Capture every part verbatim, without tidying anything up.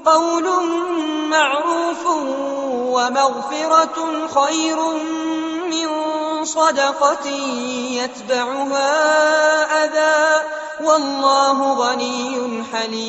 قول معروف ومغفرة خير من صدقة يتبعها أذى والله غني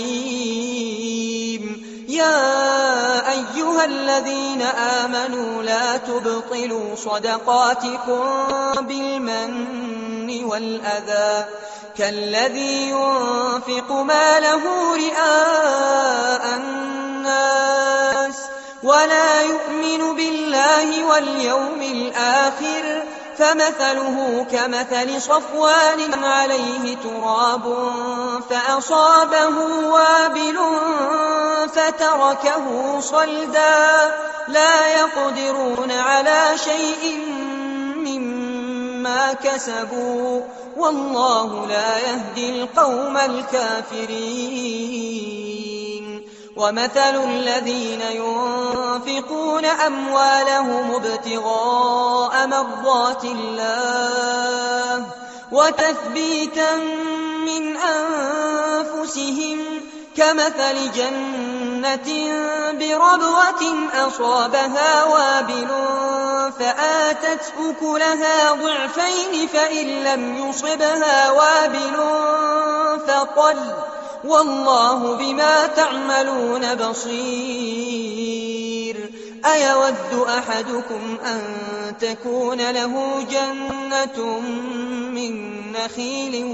حليم. يا أيها الذين آمنوا لا تبطلوا صدقاتكم بالمن والأذى كالذي ينفق ماله رئاء الناس ولا يؤمن بالله واليوم الآخر فمثله كمثل صفوان عليه تراب فأصابه وابل فتركه صلدا لا يقدرون على شيء مما كسبوا والله لا يهدي القوم الكافرين. ومثل الذين ينفقون أموالهم ابتغاء مرضات الله وتثبيتا من أنفسهم كمثل جنة بربوة أصابها وابل فآتت أكلها ضعفين فإن لم يصبها وابل فطل والله بما تعملون بصير. أيود أحدكم أن تكون له جنة من نخيل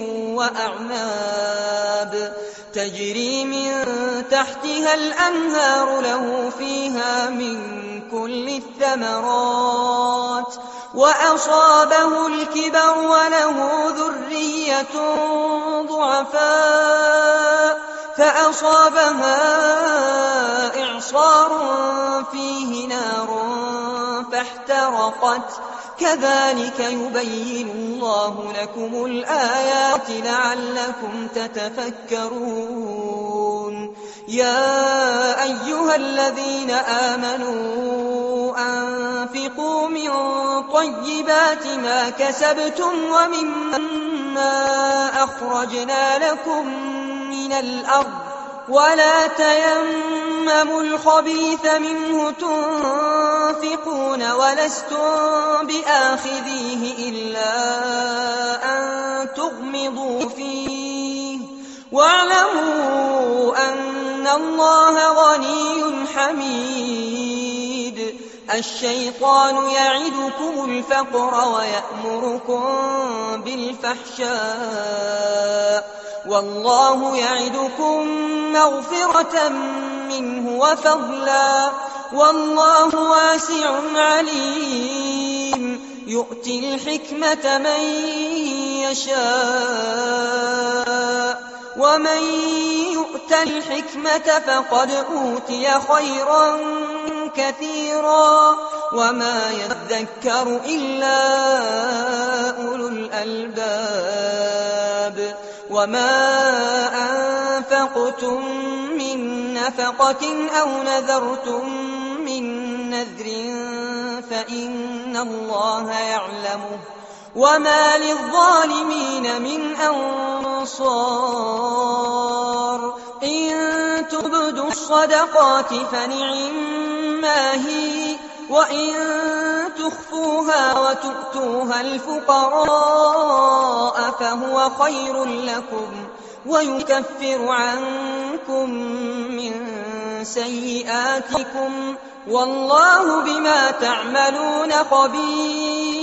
وأعناب تجري من تحتها الأنهار له فيها من كل الثمرات وأصابه الكبر وله ذرية ضعفاء فأصابها إعصار فيه نار فاحترقت كذلك يبين الله لكم الآيات لعلكم تتفكرون. يا أيها الذين آمنوا أنفقوا من طيبات ما كسبتم ومما أخرجنا لكم من الأرض ولا تيمموا الخبيث منه تنفقون ولستم بآخذيه إلا أن تغمضوا فيه واعلموا أن الله غني حميد. الشيطان يعدكم الفقر ويأمركم بالفحشاء والله يعدكم مغفرة منه وفضلا والله واسع عليم. يؤتي الحكمة من يشاء ومن يؤت الحكمة فقد أوتي خيرا كثيرا وما يذكر إلا أولو الألباب. وما أنفقتم من نفقة أو نذرتم من نذر فإن الله يعلمه وما للظالمين من أنصار. إن تبدوا الصدقات فنعما هي وإن تخفوها وتؤتوها الفقراء فهو خير لكم ويكفر عنكم من سيئاتكم والله بما تعملون خبير.